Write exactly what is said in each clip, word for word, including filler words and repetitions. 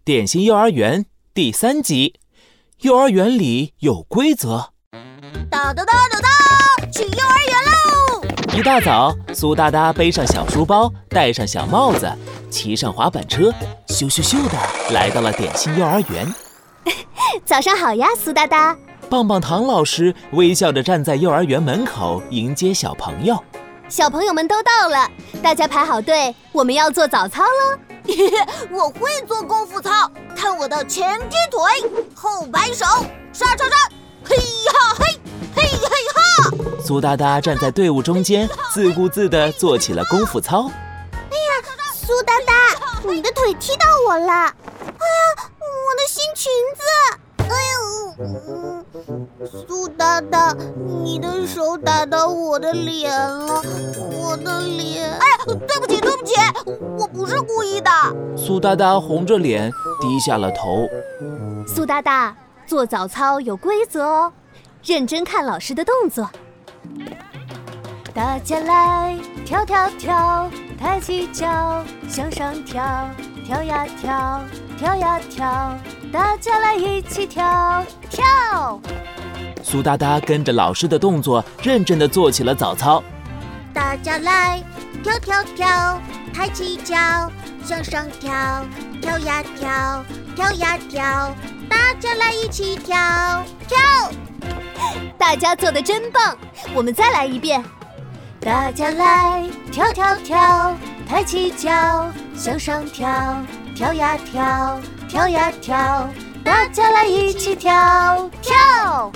点心幼儿园第三集，幼儿园里有规则。 哒哒哒哒哒，去幼儿园喽！ 一大早，苏哒哒背上小书包，戴上小帽子，骑上滑板车，咻咻咻地来到了点心幼儿园。 早上好呀，苏哒哒。 棒棒糖老师微笑着站在幼儿园门口迎接小朋友。 小朋友们都到了，大家排好队，我们要做早操喽。我会做功夫操，看我的前踢腿、后摆手、刷刷刷，嘿呀嘿，嘿嘿哈！ 苏哒哒站在队伍中间，自顾自地做起了功夫操。 哎呀，苏哒哒，你的腿踢到我了！哎呀，我的新裙子！哎呦，苏哒哒，你的手打到我的脸了，我的脸！哎呀，对不起，对不起，我不是故意的。 苏哒哒红着脸低下了头。 苏哒哒，做早操有规则哦，认真看老师的动作。大家来跳跳跳，抬起脚向上跳，跳呀跳，跳呀跳，大家来一起跳跳。 苏哒哒跟着老师的动作，认真地做起了早操。 大家来跳跳跳，抬起脚向上跳，跳呀跳，跳呀跳，大家来一起跳跳。大家做得真棒，我们再来一遍。大家来跳跳跳，抬起脚向上跳，跳呀跳，跳呀跳，大家来一起跳跳。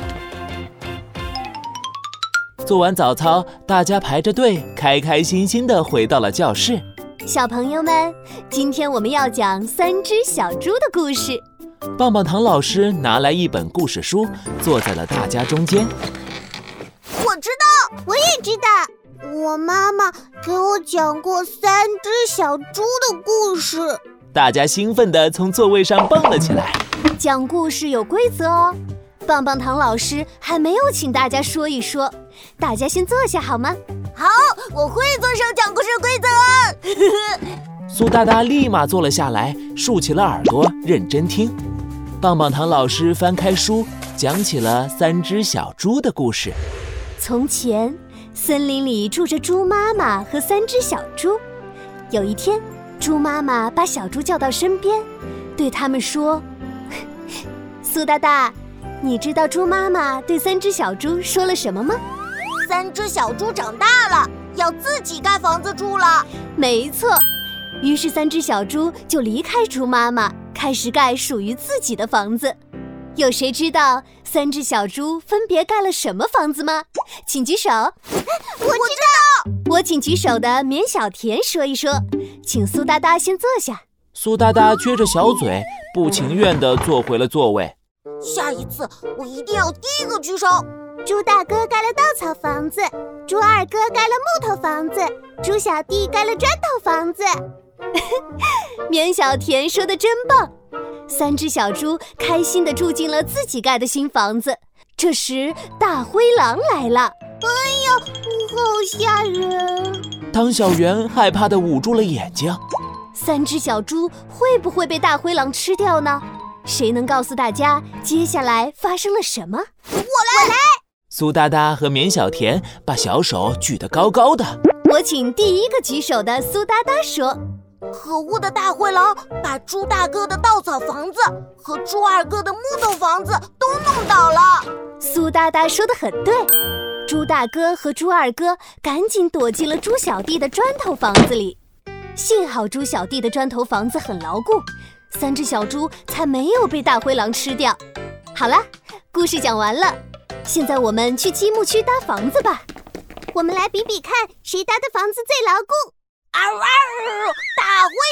做完早操，大家排着队，开开心心地回到了教室。 小朋友们，今天我们要讲三只小猪的故事。 棒棒糖老师拿来一本故事书，坐在了大家中间。 我知道，我也知道，我妈妈给我讲过三只小猪的故事。 大家兴奋地从座位上蹦了起来。 讲故事有规则哦，棒棒糖老师还没有请大家说一说，大家先坐下好吗？好，我会遵守讲故事规则。 苏哒哒立马坐了下来，竖起了耳朵，认真听。棒棒糖老师翻开书，讲起了三只小猪的故事。 从前，森林里住着猪妈妈和三只小猪。有一天，猪妈妈把小猪叫到身边，对他们说：苏哒哒，你知道猪妈妈对三只小猪说了什么吗？三只小猪长大了，要自己盖房子住了。没错，于是三只小猪就离开猪妈妈，开始盖属于自己的房子。有谁知道三只小猪分别盖了什么房子吗？请举手。我知道，我请举手的绵小甜说一说。请苏哒哒先坐下。 苏哒哒撅着小嘴，不情愿地坐回了座位。 下一次我一定要第一个举手。猪大哥盖了稻草房子，猪二哥盖了木头房子，猪小弟盖了砖头房子。绵小甜说得真棒。三只小猪开心地住进了自己盖的新房子。这时大灰狼来了，哎呀，好吓人！ 汤小圆害怕地捂住了眼睛。 三只小猪会不会被大灰狼吃掉呢？谁能告诉大家接下来发生了什么？我来，我来！ 苏哒哒和绵小甜把小手举得高高的。 我请第一个举手的苏哒哒说：可恶的大灰狼把猪大哥的稻草房子和猪二哥的木头房子都弄倒了。苏哒哒说得很对，猪大哥和猪二哥赶紧躲进了猪小弟的砖头房子里。幸好猪小弟的砖头房子很牢固，三只小猪才没有被大灰狼吃掉。好了，故事讲完了，现在我们去积木区搭房子吧。我们来比比看，谁搭的房子最牢固。嗷嗷！大灰